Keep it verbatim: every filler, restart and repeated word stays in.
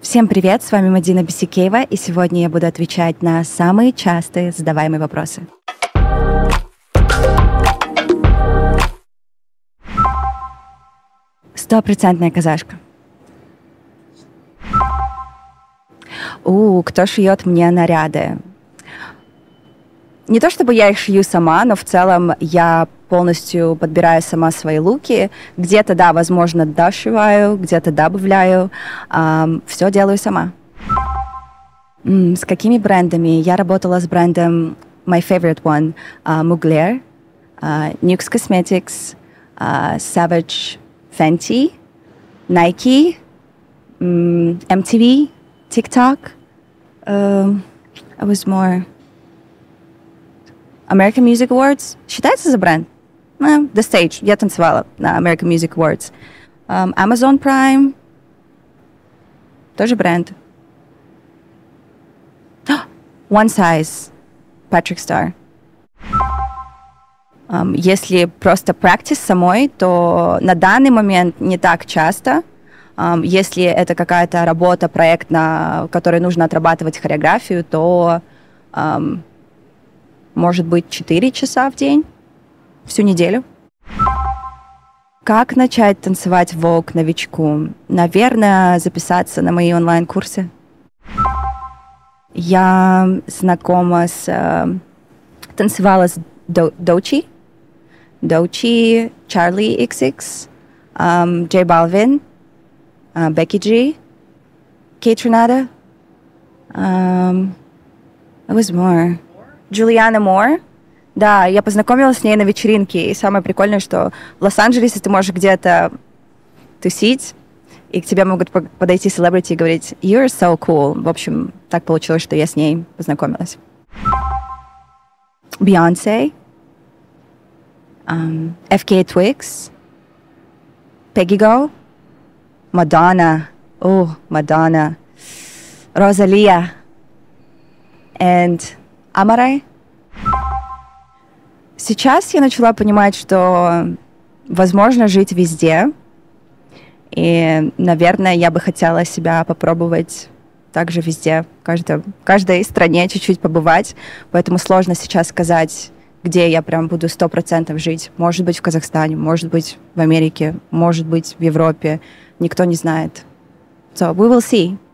Всем привет, с вами Мадина Бесикеева, и сегодня я буду отвечать на самые частые задаваемые вопросы. Стопроцентная казашка. У, кто шьет мне наряды? Не то чтобы я их шью сама, но в целом я полностью подбираю сама свои луки. Где-то, да, возможно, дошиваю, где-то добавляю. Эм, все делаю сама. М, с какими брендами? Я работала с брендом my favorite one, uh, Mugler, uh, Nuxe Cosmetics, uh, Savage Fenty, Nike, um, эм ти ви, TikTok. Um, I was more... American Music Awards считается за бренд? Uh, The Stage. Я танцевала на American Music Awards. Um, Amazon Prime. Тоже бренд. One Size. Patrick Star. Um, если просто practice самой, то на данный момент не так часто. Um, если это какая-то работа, проект, на которой нужно отрабатывать хореографию, то um, может быть четыре часа в день, всю неделю. Как начать танцевать вок новичку? Наверное, записаться на мои онлайн-курсы. Я знакома с... Э, танцевала с До, Доучи, Доучи, Чарли икс икс, um, J Balvin, uh, Becky G, Kate Renata. Um, it was more... Джулиана Мур. Да, я познакомилась с ней на вечеринке. И самое прикольное, что в Лос-Анджелесе ты можешь где-то тусить, и к тебе могут подойти селебрити и говорить «You're so cool». В общем, так получилось, что я с ней познакомилась. Beyoncé, um, эф кей Twigs, Peggy Go, Madonna. О, Madonna. Розалия. And... Амарай. Сейчас я начала понимать, что возможно жить везде. И, наверное, я бы хотела себя попробовать также везде, в каждой, в каждой стране чуть-чуть побывать. Поэтому сложно сейчас сказать, где я прям буду сто процентов жить. Может быть, в Казахстане, может быть, в Америке, может быть, в Европе. Никто не знает. So, we will see.